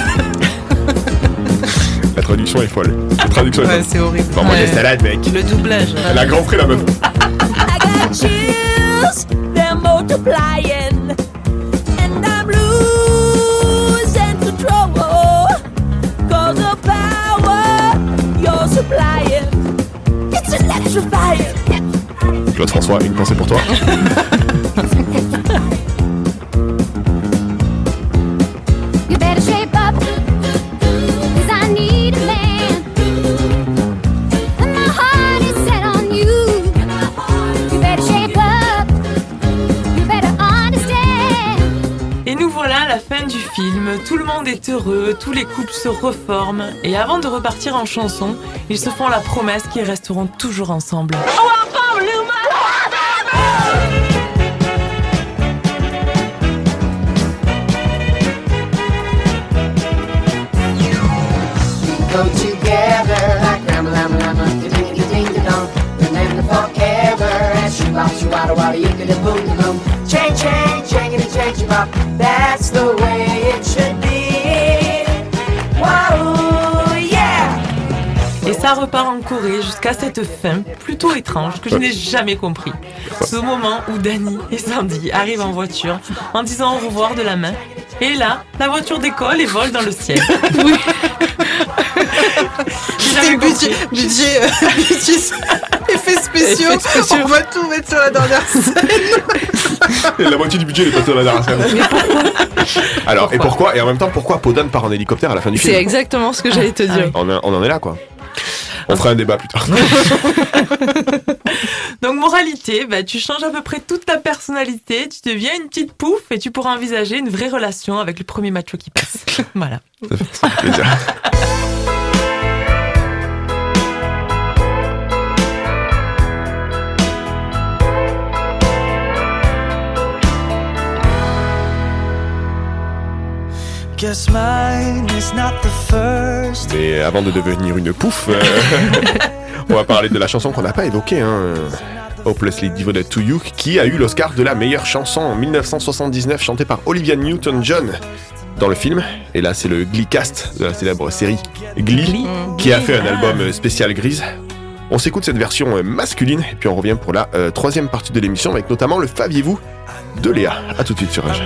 La traduction est folle. La traduction est folle. C'est horrible. Vends-moi des salades, mec. Le doublage. Elle a grand prix la meuf. I got chills, they're multiplying, and I'm losing control. Cause the power you're supplying, it's electrifying. Claude François, une pensée pour toi. You better shape up, 'cause I need a man. And my heart is set on you. You better shape up, you better understand. Et nous voilà à la fin du film, tout le monde est heureux, tous les couples se reforment, et avant de repartir en chanson, ils se font la promesse qu'ils resteront toujours ensemble. Go together like llama llama llama, ding ding dong, remember forever. And she rocks you out of water, you get a boom boom. Change, change, change it, change it up. That's the way it should be. Wow, yeah. Et ça repart en Corée jusqu'à cette fin plutôt étrange que je n'ai jamais compris. Ce moment où Danny et Sandy arrivent en voiture en disant au revoir de la main. Et là, la voiture décolle et vole dans le ciel. Oui. C'était budget effets spéciaux. On va tout mettre sur la dernière scène. Et la moitié du budget est passée dans la dernière scène. Mais pourquoi ? Alors, et pourquoi ? Et en même temps, pourquoi Podane part en hélicoptère à la fin du film ? C'est exactement ce que j'allais te dire. On en est là, quoi. On fera un débat plus tard. Donc moralité, tu changes à peu près toute ta personnalité, tu deviens une petite pouffe et tu pourras envisager une vraie relation avec le premier macho qui passe. Voilà. Ça fait plaisir. Mais avant de devenir une pouffe, on va parler de la chanson qu'on n'a pas évoquée, Hopelessly Devoted to You, qui a eu l'Oscar de la meilleure chanson en 1979, chantée par Olivia Newton-John dans le film. Et là, c'est le Glee cast de la célèbre série Glee, qui a fait un album spécial Grise. On s'écoute cette version masculine, et puis on revient pour la troisième partie de l'émission, avec notamment le Faviez-vous de Léa. A tout de suite sur Rage.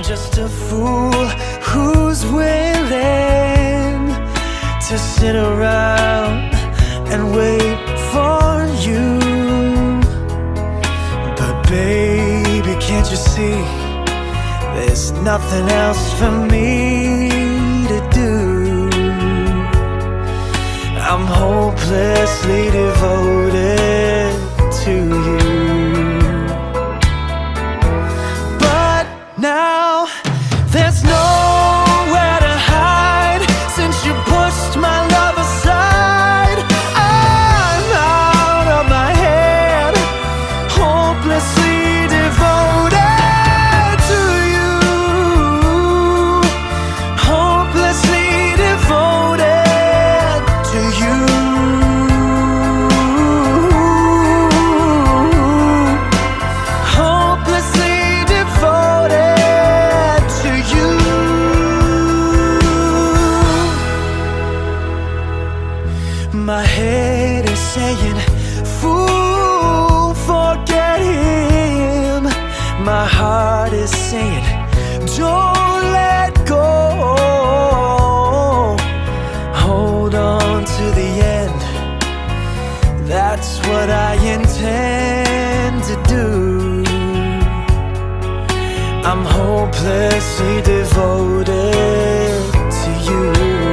To sit around and wait for you. But baby, can't you see there's nothing else for me to do? I'm hopelessly devoted to you. But now there's nowhere to hide since you pushed my love aside. I'm out of my head, hopelessly devoted to you. Hopelessly devoted to you. Hopelessly devoted to you. My head is saying, fool, forget him. My heart is saying, don't let go. Hold on to the end. That's what I intend to do. I'm hopelessly devoted to you.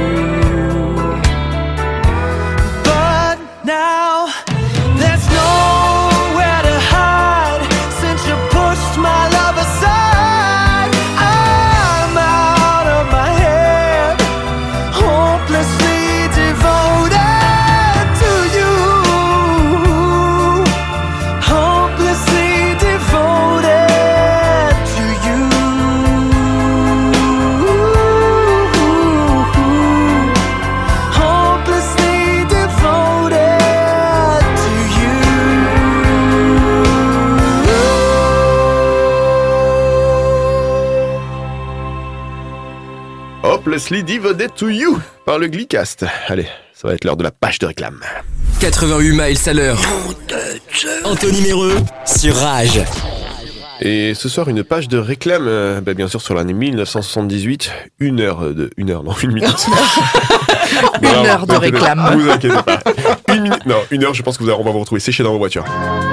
Now there's nowhere to hide since you pushed my love aside. I'm out of my head, hopelessly devoted to you. Hopelessly devoted Hopelessly Devoted to You par le Gleecast. Allez, ça va être l'heure de la page de réclame. 88 miles à l'heure. Anthony Méreux sur Rage. Et ce soir, une page de réclame, bien sûr, sur l'année 1978. Une minute. Une heure de réclame. Vous inquiétez pas. Une heure, je pense qu'on va vous retrouver séchés dans vos voitures.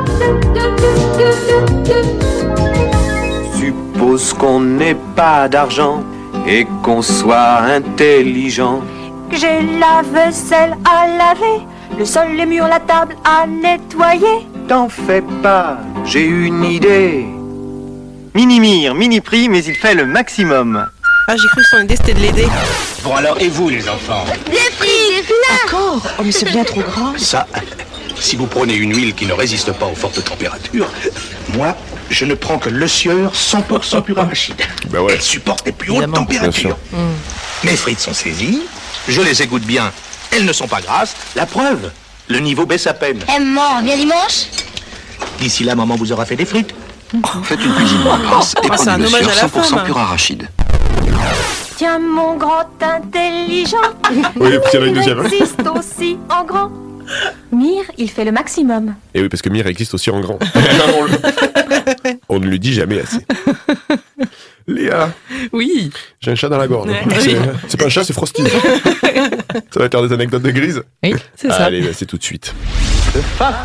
Suppose qu'on n'ait pas d'argent et qu'on soit intelligent. J'ai la vaisselle à laver, le sol, les murs, la table à nettoyer. T'en fais pas, j'ai une idée. Mini-mire, mini-prix, mais il fait le maximum. Ah, j'ai cru que son idée c'était de l'aider. Bon alors, et vous les enfants? Des frites, encore. Oh, mais c'est bien trop gras. Ça, si vous prenez une huile qui ne résiste pas aux fortes températures, moi, je ne prends que le sieur 100% pur arachide. Ben ouais. Elle supporte les plus hautes températures. Mes frites sont saisies, je les égoutte bien, elles ne sont pas grasses. La preuve, le niveau baisse à peine. Maman, bien dimanche. D'ici là, maman vous aura fait des frites. Faites une cuisine moins grasse et prenez le sieur 100% pur arachide. Tiens, mon grand intelligent. Oui, et puis il y en a une deuxième. Il existe aussi en grand. Mire, il fait le maximum. Et oui, parce que Mire existe aussi en grand. On ne le dit jamais assez. Léa. Oui. J'ai un chat dans la gorge. C'est pas un chat, c'est Frosty. Ça va être des anecdotes de Grise. Oui, c'est ça. Allez, c'est tout de suite. Le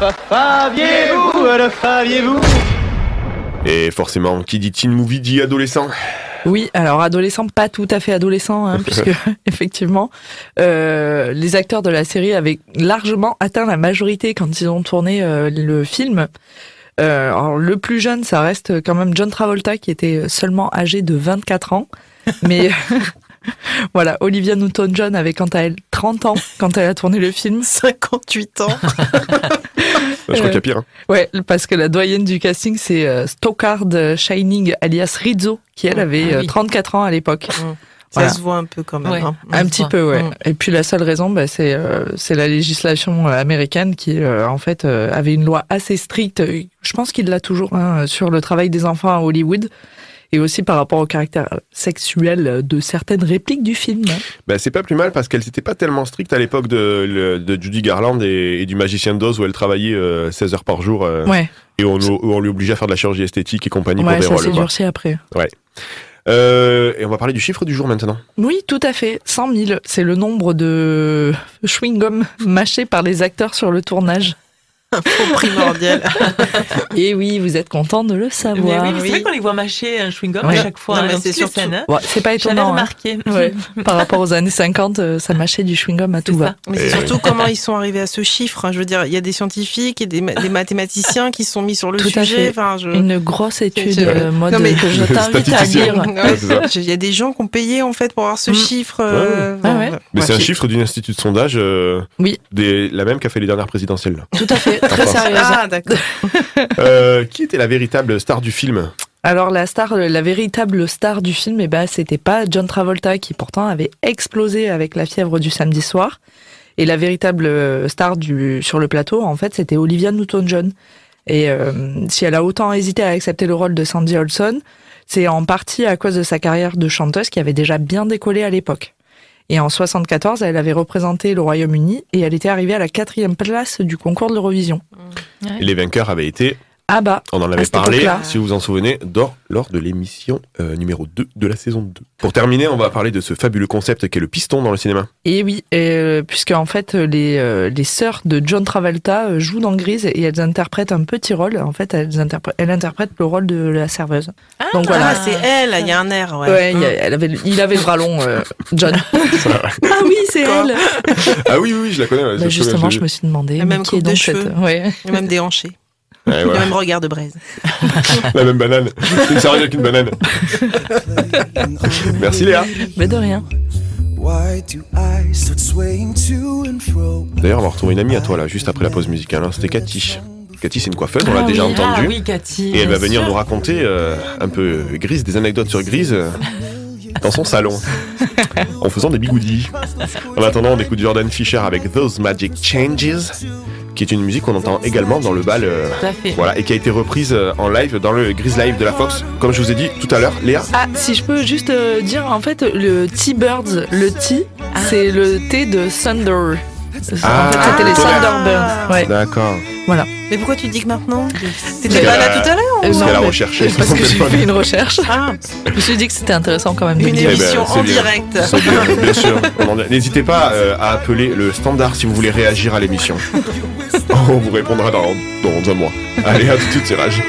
faviez-vous. Et forcément, qui dit teen movie dit adolescent. Oui, alors adolescent, pas tout à fait adolescent, puisque effectivement, les acteurs de la série avaient largement atteint la majorité quand ils ont tourné le film. Alors le plus jeune, ça reste quand même John Travolta, qui était seulement âgé de 24 ans. Mais voilà, Olivia Newton-John avait quant à elle 30 ans quand elle a tourné le film. 58 ans. Je crois qu'il y a pire. Hein. Ouais, parce que la doyenne du casting, c'est Stockard Shining, alias Rizzo, qui elle avait 34 ans à l'époque. Ça se voit un peu quand même. Ouais. Hein. Un petit peu, ouais. Et puis la seule raison, c'est la législation américaine qui, en fait, avait une loi assez stricte. Je pense qu'il l'a toujours sur le travail des enfants à Hollywood. Et aussi par rapport au caractère sexuel de certaines répliques du film. C'est pas plus mal parce qu'elles n'étaient pas tellement strictes à l'époque de Judy Garland et du Magicien d'Oz où elle travaillait 16 heures par jour. Et on lui obligeait à faire de la chirurgie esthétique et compagnie pour des rôles. Ça s'est durci après. Ouais. Et on va parler du chiffre du jour maintenant. Oui, tout à fait. 100 000, c'est le nombre de chewing-gum mâchés par les acteurs sur le tournage. Info primordial. Et oui, vous êtes content de le savoir. Mais oui, c'est vrai qu'on les voit mâcher un chewing-gum à chaque fois. Non, mais c'est surtout... c'est pas étonnant. J'avais remarqué. Par rapport aux années 50, ça mâchait du chewing-gum à tout va. Mais c'est surtout comment ils sont arrivés à ce chiffre. Je veux dire, il y a des scientifiques et des mathématiciens qui sont mis sur le sujet. Une grosse étude mode que je t'invite à lire. Il y a des gens qui ont payé en fait pour avoir ce chiffre. Mais c'est un chiffre d'une institut de sondage. Oui. La même qu'a fait les dernières présidentielles. Là. Tout à fait. Très sérieuse. Ah, d'accord. Qui était la véritable star du film ? Alors la véritable star du film, c'était pas John Travolta qui pourtant avait explosé avec La fièvre du samedi soir. Et la véritable star sur le plateau, en fait, c'était Olivia Newton-John. Et si elle a autant hésité à accepter le rôle de Sandy Olson, c'est en partie à cause de sa carrière de chanteuse qui avait déjà bien décollé à l'époque. Et en 1974, elle avait représenté le Royaume-Uni et elle était arrivée à la 4e place du concours de l'Eurovision. Et les vainqueurs avaient été... On en avait parlé, si vous vous en souvenez, lors de l'émission numéro 2 de la saison 2. Pour terminer, on va parler de ce fabuleux concept qu'est le piston dans le cinéma. Et oui, puisque en fait, les sœurs de John Travolta jouent dans Grise et elles interprètent un petit rôle. En fait, elles interprètent le rôle de la serveuse. Donc voilà, c'est elle, il y a un air. Il avait le bras long, John. Ah oui, c'est elle. Ah oui, je la connais. Justement, je me suis demandé. La même coupe de cheveux, et même déhanchés. Ouais, le même regard de braise. La même banane. C'est une sardine avec une banane. Merci Léa. Mais de rien. D'ailleurs, on va retrouver une amie à toi là, juste après la pause musicale. C'était Cathy. Cathy, c'est une coiffeuse, on l'a déjà entendue. Ah oui, Cathy. Et elle va venir nous raconter un peu Grise, des anecdotes sur Grise. dans son salon, en faisant des bigoudis. En attendant, on écoute Jordan Fisher avec Those Magic Changes, qui est une musique qu'on entend également dans le bal, voilà, et qui a été reprise en live dans le Grease Live de la Fox, comme je vous ai dit tout à l'heure, Léa. Ah, si je peux juste dire, en fait, le T-Birds, le T, c'est le T de Thunder. En fait, c'était les Thunderbirds. Ouais. D'accord. Voilà. Mais pourquoi tu dis que maintenant? T'étais pas là tout à l'heure? Parce qu'elle a recherché. Parce que j'ai fait une recherche. Je me suis dit que c'était intéressant quand même. Une émission en direct. Bien sûr. N'hésitez pas à appeler le standard si vous voulez réagir à l'émission. On vous répondra dans un mois. Allez, à tout de suite, c'est Rage.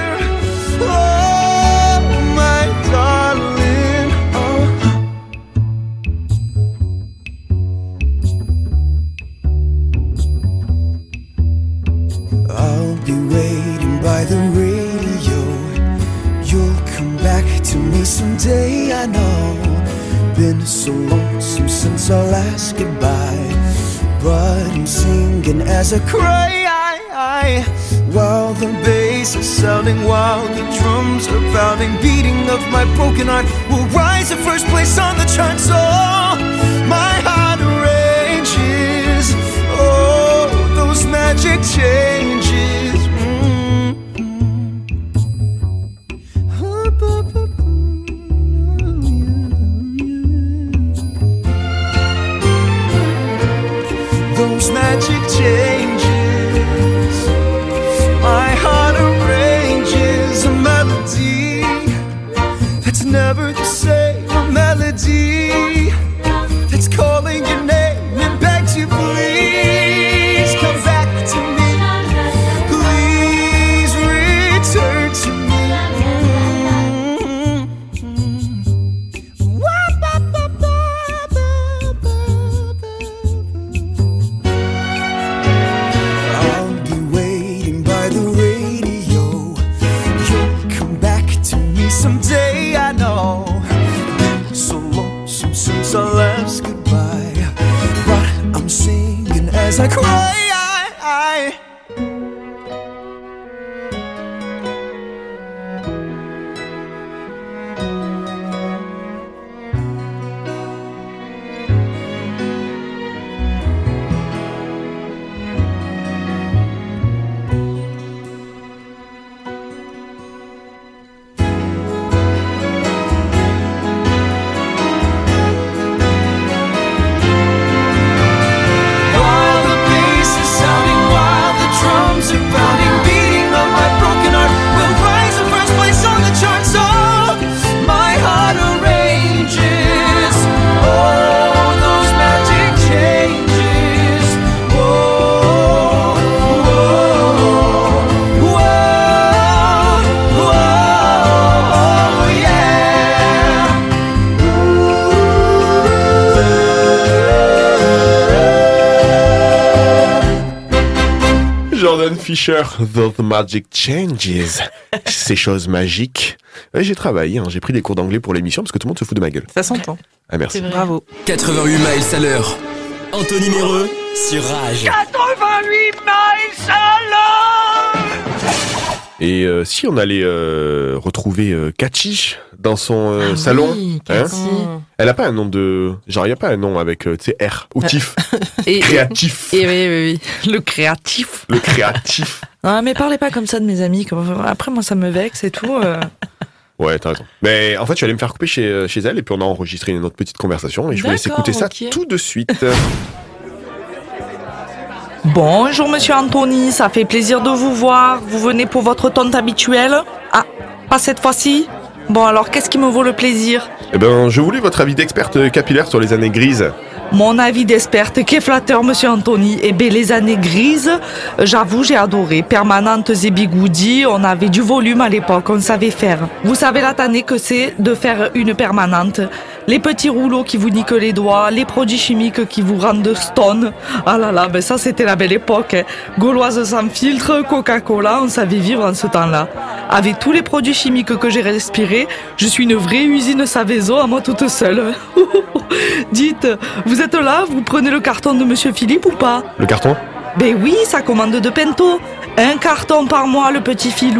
By the radio, you'll come back to me someday, I know. Been so lonesome since our last goodbye, but I'm singing as I cry, while the bass is sounding, while the drums are pounding, beating of my broken heart will rise to first place on the charts. Oh, my heart arranges, oh, those magic changes. Those magic changes, my heart arranges a melody that's never the same, a melody that's calling your name and begs you, please come back to me, please return to me. Someday, I know. So lonesome since our last goodbye, but I'm singing as I cry. Jordan Fisher, The Magic Changes. Ces choses magiques. Ouais, j'ai travaillé, j'ai pris des cours d'anglais pour l'émission parce que tout le monde se fout de ma gueule. Ça s'entend. Ah, merci. Bravo. 88 miles à l'heure. Anthony Méreux sur Rage. 88 miles à l'heure. Et si on allait retrouver Cathy dans son salon, oui, elle a pas un nom de... Genre, il n'y a pas un nom avec, tu sais, R, ou TIF. Créatif. Et oui. Le créatif. Le créatif. Non, mais parlez pas comme ça de mes amis. Après, moi, ça me vexe et tout. Ouais, t'as raison. Mais en fait, je suis allé me faire couper chez elle et puis on a enregistré une autre petite conversation et je vous laisse écouter ça tout de suite. Bonjour Monsieur Anthony, ça fait plaisir de vous voir. Vous venez pour votre tante habituelle? Ah, pas cette fois-ci? Bon alors, qu'est-ce qui me vaut le plaisir? Eh ben, je voulais votre avis d'experte capillaire sur les années grises. Mon avis d'experte, qu'est flatteur, Monsieur Anthony. Eh bien, les années grises, j'avoue, j'ai adoré. Permanentes et bigoudis, on avait du volume à l'époque, on savait faire. Vous savez la tannée que c'est de faire une permanente. Les petits rouleaux qui vous niquent les doigts, les produits chimiques qui vous rendent stone. Ah là là, ben ça c'était la belle époque. Gauloise sans filtre, Coca-Cola, on savait vivre en ce temps-là. Avec tous les produits chimiques que j'ai respirés, je suis une vraie usine Saveso à moi toute seule. Dites, vous êtes là, vous prenez le carton de Monsieur Philippe ou pas? Le carton? Ben oui, sa commande de Pento. 1 carton par mois, le petit filou.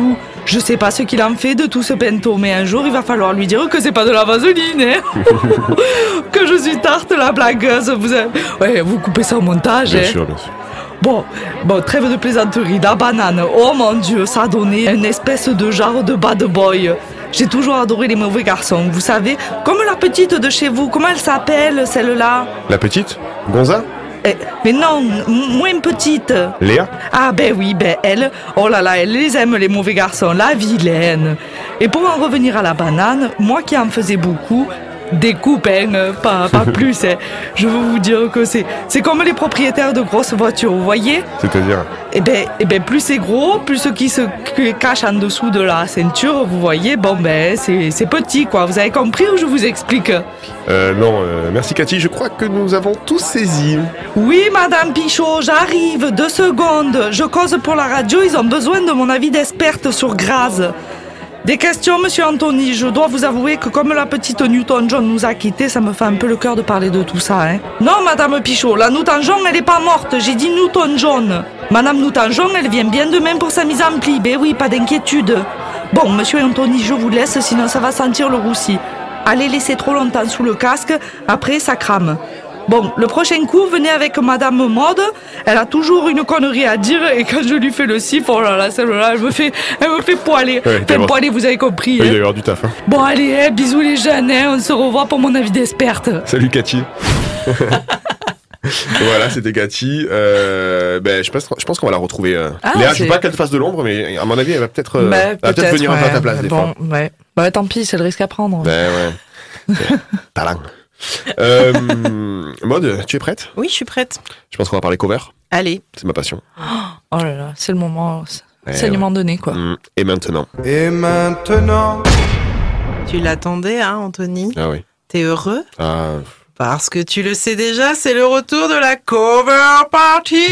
Je sais pas ce qu'il en fait de tout ce bento, mais un jour il va falloir lui dire que c'est pas de la vaseline, hein. Que je suis tarte la blagueuse. Vous coupez ça au montage, Bien hein. sûr, bien sûr. Bon, trêve de plaisanterie. La banane, oh mon Dieu, ça a donné une espèce de genre de bad boy. J'ai toujours adoré les mauvais garçons, vous savez, comme la petite de chez vous. Comment elle s'appelle, celle-là? La petite Gonza? Mais non, moins petite. Léa? Ah ben oui, elle, oh là là, elle les aime les mauvais garçons, la vilaine. Et pour en revenir à la banane, moi qui en faisais beaucoup, des copains, pas plus, hein. Je veux vous dire que c'est comme les propriétaires de grosses voitures, vous voyez? C'est-à-dire? Eh ben, plus c'est gros, plus ce qui se cache en dessous de la ceinture, vous voyez, c'est petit, quoi. Vous avez compris ou je vous explique? Non, merci Cathy, je crois que nous avons tous saisi. Oui, Madame Pichot, j'arrive, 2 secondes. Je cause pour la radio, ils ont besoin de mon avis d'experte sur Graz. Des questions, monsieur Anthony. Je dois vous avouer que comme la petite Newton-John nous a quittés, ça me fait un peu le cœur de parler de tout ça, hein. Non, Madame Pichot, la Newton-John, elle est pas morte. J'ai dit Newton-John. Madame Newton-John, elle vient bien demain pour sa mise en pli. Ben oui, pas d'inquiétude. Bon, monsieur Anthony, je vous laisse, sinon ça va sentir le roussi. Allez laisser trop longtemps sous le casque, après ça crame. Bon, le prochain coup, venez avec Madame Maude. Elle a toujours une connerie à dire et quand je lui fais le siffle, oh là là, celle-là, elle me fait poiler. Ouais, poiler, vous avez compris. Oui, il va y avoir du taf. Hein. Bon, allez, bisous les jeunes, on se revoit pour mon avis d'experte. Salut Cathy. Voilà, c'était Cathy. Je pense qu'on va la retrouver. Léa, je veux pas qu'elle fasse de l'ombre, mais à mon avis, elle va peut-être venir un peu à ta place des fois. Ouais. Bah tant pis, c'est le risque à prendre. Ouais. Talent. Maud, tu es prête? Oui, je suis prête. Je pense qu'on va parler cover. Allez. C'est ma passion. Oh là là, c'est le moment. C'est le moment donné, quoi. Et maintenant. Tu l'attendais, hein, Anthony? Ah oui. T'es heureux? Ah. Parce que tu le sais déjà, c'est le retour de la cover party.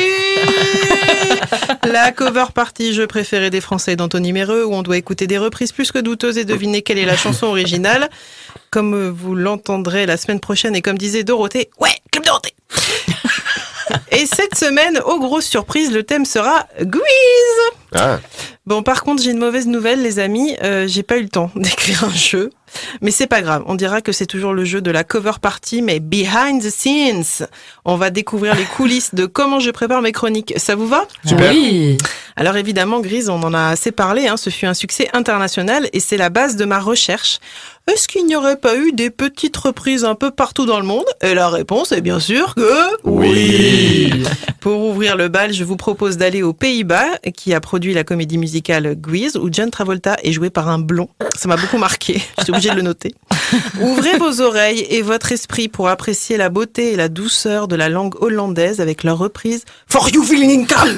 La cover party, jeu préféré des Français d'Anthony Méreux, où on doit écouter des reprises plus que douteuses et deviner quelle est la chanson originale. Comme vous l'entendrez la semaine prochaine, et comme disait Dorothée, ouais, Club Dorothée. Et cette semaine, aux grosses surprises, le thème sera Guise. Ah. Bon, par contre, j'ai une mauvaise nouvelle, les amis. J'ai pas eu le temps d'écrire un jeu. Mais c'est pas grave. On dira que c'est toujours le jeu de la cover party, mais behind the scenes. On va découvrir les coulisses de comment je prépare mes chroniques. Ça vous va? Super. Oui. Alors évidemment, Grise, on en a assez parlé. Ce fut un succès international et c'est la base de ma recherche. Est-ce qu'il n'y aurait pas eu des petites reprises un peu partout dans le monde? Et la réponse est bien sûr que oui. Pour ouvrir le bal, je vous propose d'aller aux Pays-Bas, qui a produit la comédie musicale Guise, où John Travolta est joué par un blond. Ça m'a beaucoup marqué, j'étais obligée de le noter. Ouvrez vos oreilles et votre esprit pour apprécier la beauté et la douceur de la langue hollandaise avec leur reprise For You Feeling Calm.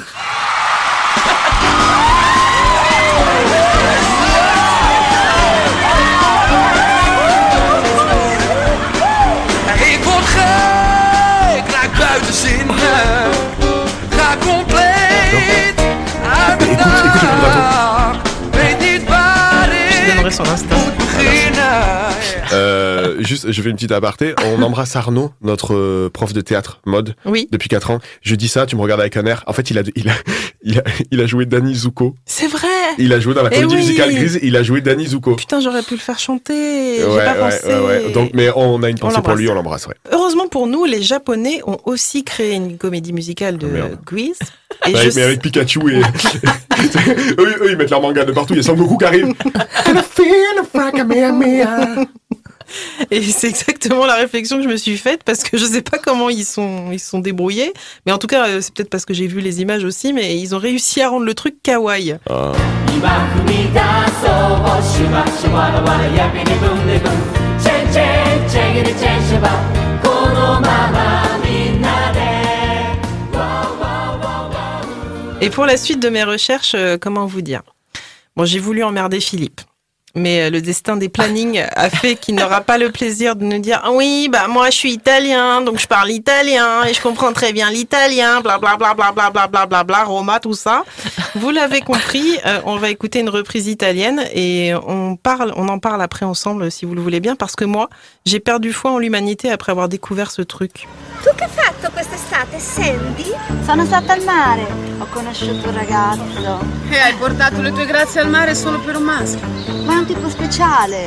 Je donnerai son instant. Juste, je fais une petite aparté. On embrasse Arnaud, notre prof de théâtre mode, oui. Depuis 4 ans. Je dis ça, tu me regardes avec un air. En fait, il a joué Danny Zuko. C'est vrai. Il a joué dans la comédie musicale Grise. Il a joué Danny Zuko. Putain, j'aurais pu le faire chanter. Ouais, j'ai pas pensé. Ouais. Donc, mais on a une pensée pour lui, on l'embrasse. Ouais. Heureusement pour nous, les Japonais ont aussi créé une comédie musicale de Guise. Et mais avec Pikachu et eux, ils mettent leur manga de partout. Il y a Sangoku qui arrive. Et c'est exactement la réflexion que je me suis faite parce que je sais pas comment ils sont débrouillés, mais en tout cas c'est peut-être parce que j'ai vu les images aussi, mais ils ont réussi à rendre le truc kawaii. Ah. Et pour la suite de mes recherches, comment vous dire? Bon, j'ai voulu emmerder Philippe. Mais le destin des plannings a fait qu'il n'aura pas le plaisir de nous dire « Oui, bah moi je suis italien, donc je parle italien et je comprends très bien l'italien, blablabla, Roma, tout ça. » Vous l'avez compris, on va écouter une reprise italienne et on en parle après ensemble si vous le voulez bien, parce que moi, j'ai perdu foi en l'humanité après avoir découvert ce truc. Tu che hai fatto quest'estate, Sandy? Sono stata al mare. Ho conosciuto un ragazzo. E hai portato le tue grazie al mare solo per un maschio. Ma è un tipo speciale.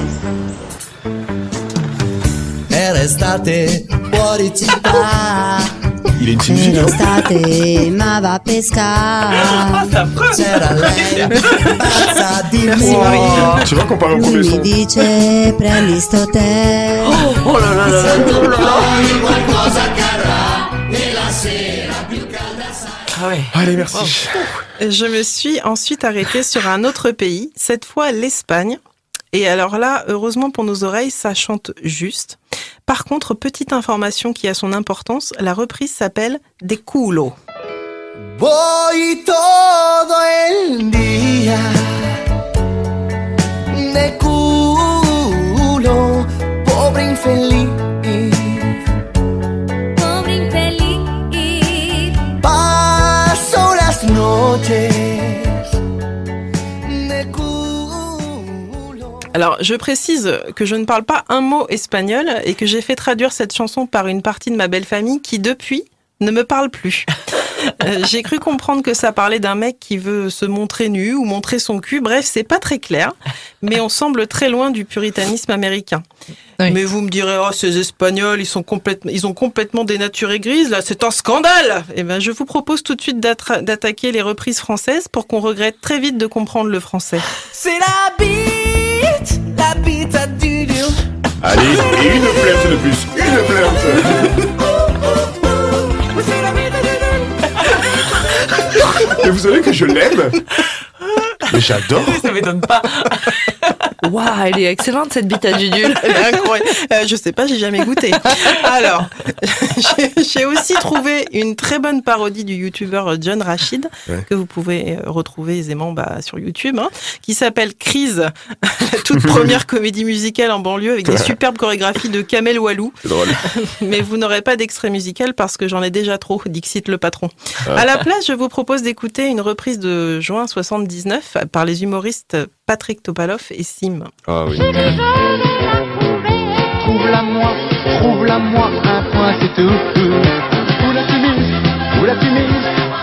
Era estate fuori città. Il est une musique. Estate, ma va a pescare. C'era lei, pazza di me. Tu vois qu'on parle au premier son. Mi dice prendi sto tè. Oh là là là là. Qualcosa accadrà nella sera più calda. Ah ouais. Allez, merci. Je me suis ensuite arrêtée sur un autre pays, cette fois l'Espagne. Et alors là, heureusement pour nos oreilles, ça chante juste. Par contre, petite information qui a son importance, la reprise s'appelle De culo. Voy todo el día de culo, pobre infeliz. Pobre infeliz. Paso las noches. Alors, je précise que je ne parle pas un mot espagnol et que j'ai fait traduire cette chanson par une partie de ma belle famille qui, depuis, ne me parle plus. J'ai cru comprendre que ça parlait d'un mec qui veut se montrer nu ou montrer son cul. Bref, c'est pas très clair, mais on semble très loin du puritanisme américain. Oui. Mais vous me direz, oh, ces Espagnols, ils ont complètement dénaturé Grise, là, c'est un scandale! Eh ben, je vous propose tout de suite d'attaquer les reprises françaises pour qu'on regrette très vite de comprendre le français. C'est la bite à Dudu. Allez, et une plainte de plus, une plainte. Mais vous savez que je l'aime. Mais j'adore. Ça m'étonne pas. Waouh, elle est excellente cette bite à Dudule. Elle est incroyable. Je sais pas, j'ai jamais goûté. Alors, j'ai aussi trouvé une très bonne parodie du youtubeur John Rachid, que vous pouvez retrouver aisément sur YouTube, qui s'appelle Crise, la toute première comédie musicale en banlieue avec des superbes chorégraphies de Kamel Walou. C'est drôle. Mais vous n'aurez pas d'extrait musical parce que j'en ai déjà trop, dixit le patron. À la place, je vous propose d'écouter une reprise de juin 79 par les humoristes Patrick Topalov et Sim. Ah oui. Trouve-la-moi, un point, c'est tout. Où la Tumise, où la Tumise.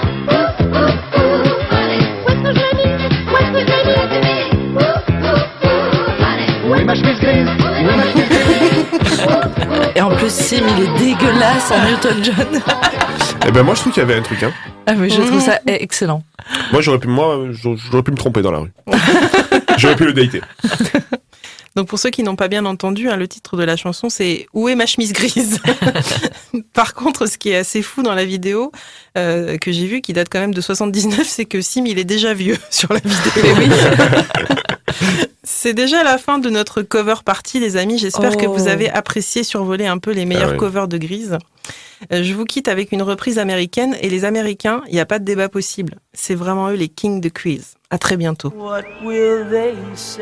Où est ma chemise grise, où est ma chemise grise. Et en plus, Sim, il est dégueulasse en Newton John. Eh ben moi, je trouve qu'il y avait un truc. Ah oui, je trouve ça excellent. Moi, j'aurais pu me tromper dans la rue. J'aurais pu le dater. Donc pour ceux qui n'ont pas bien entendu, le titre de la chanson c'est « Où est ma chemise grise ?» Par contre, ce qui est assez fou dans la vidéo que j'ai vue, qui date quand même de 79, c'est que Sim, il est déjà vieux sur la vidéo. Oui. C'est déjà la fin de notre cover party, les amis. J'espère que vous avez apprécié survoler un peu les meilleurs covers de Grise. Je vous quitte avec une reprise américaine. Et les Américains, il n'y a pas de débat possible. C'est vraiment eux les kings de quiz. À très bientôt. What will they say?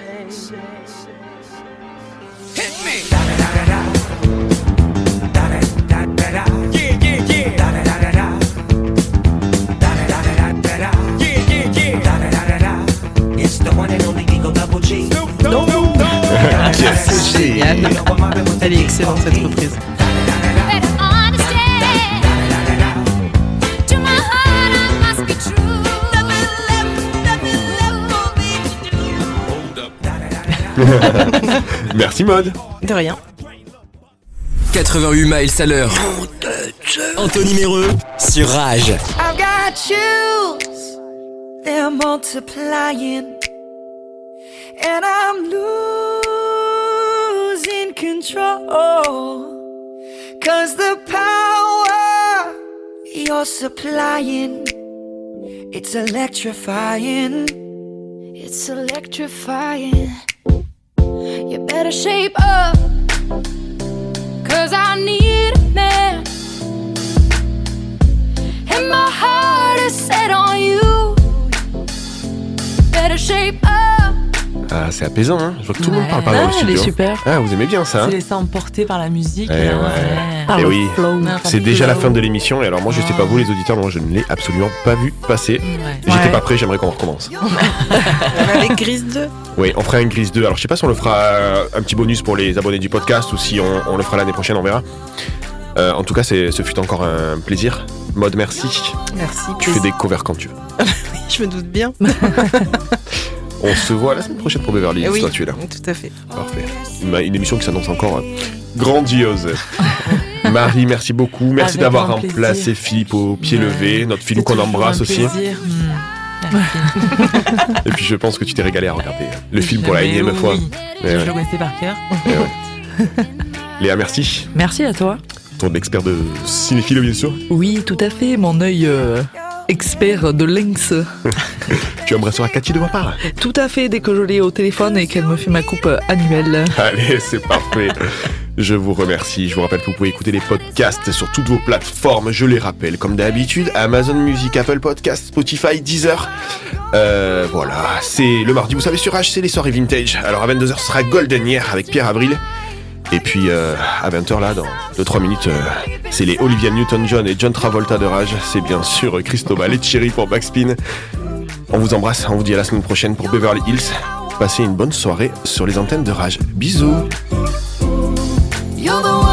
Hit me! It's the one and only Eagle Double G. C'est génial. Elle est excellente cette reprise. Merci Maud. De rien. 88 miles à l'heure. Anthony Méreux sur Rage. I've got shoes, they're multiplying, and I'm losing control, 'cause the power you're supplying, it's electrifying. It's electrifying. You better shape up, 'cause I need a man, and my heart is set on you. Better shape up. Ah, c'est apaisant, hein. Je vois que tout le monde parle pas dans le Elle studio. est super. Ah, vous aimez bien ça, hein. Se laisser emporter par la musique. Eh là, ouais. Et oui, c'est déjà la fin de l'émission. Et alors moi, je sais pas vous les auditeurs, moi je ne l'ai absolument pas vu passer. J'étais pas prêt, j'aimerais qu'on recommence. Avec Grise 2. Oui, on fera une Grise 2. Alors je sais pas si on le fera un petit bonus pour les abonnés du podcast ou si on le fera l'année prochaine, on verra. En tout cas, ce fut encore un plaisir. Maud, merci. Merci. Tu fais des covers quand tu veux. Oui, je me doute bien. On se voit la semaine prochaine pour Beverly Hills, oui, toi tu es là. Tout à fait. Parfait. Une émission qui s'annonce encore grandiose. Marie, merci beaucoup. Merci d'avoir remplacé Philippe au pied levé, notre Philou qu'on embrasse aussi. Et puis je pense que tu t'es régalé à regarder le film pour la énième fois. Je le connaissais par cœur. Léa, merci. Merci à toi. Ton expert de cinéphile, bien sûr. Oui, tout à fait, mon œil expert de lynx. Tu embrasseras Cathy de ma part. Tout à fait, dès que je l'ai au téléphone et qu'elle me fait ma coupe annuelle. Allez, c'est parfait. Je vous remercie. Je vous rappelle que vous pouvez écouter les podcasts sur toutes vos plateformes. Je les rappelle, comme d'habitude, Amazon Music, Apple Podcasts, Spotify, Deezer. Voilà, c'est le mardi, vous savez, sur Rage, c'est les soirées vintage. Alors à 22h, ce sera Golden Year avec Pierre Avril. Et puis à 20h, là, dans 2-3 minutes, c'est les Olivia Newton-John et John Travolta de Rage. C'est bien sûr Cristobal et Thierry pour Backspin. On vous embrasse, on vous dit à la semaine prochaine pour Beverly Hills. Passez une bonne soirée sur les antennes de Rage. Bisous. You're the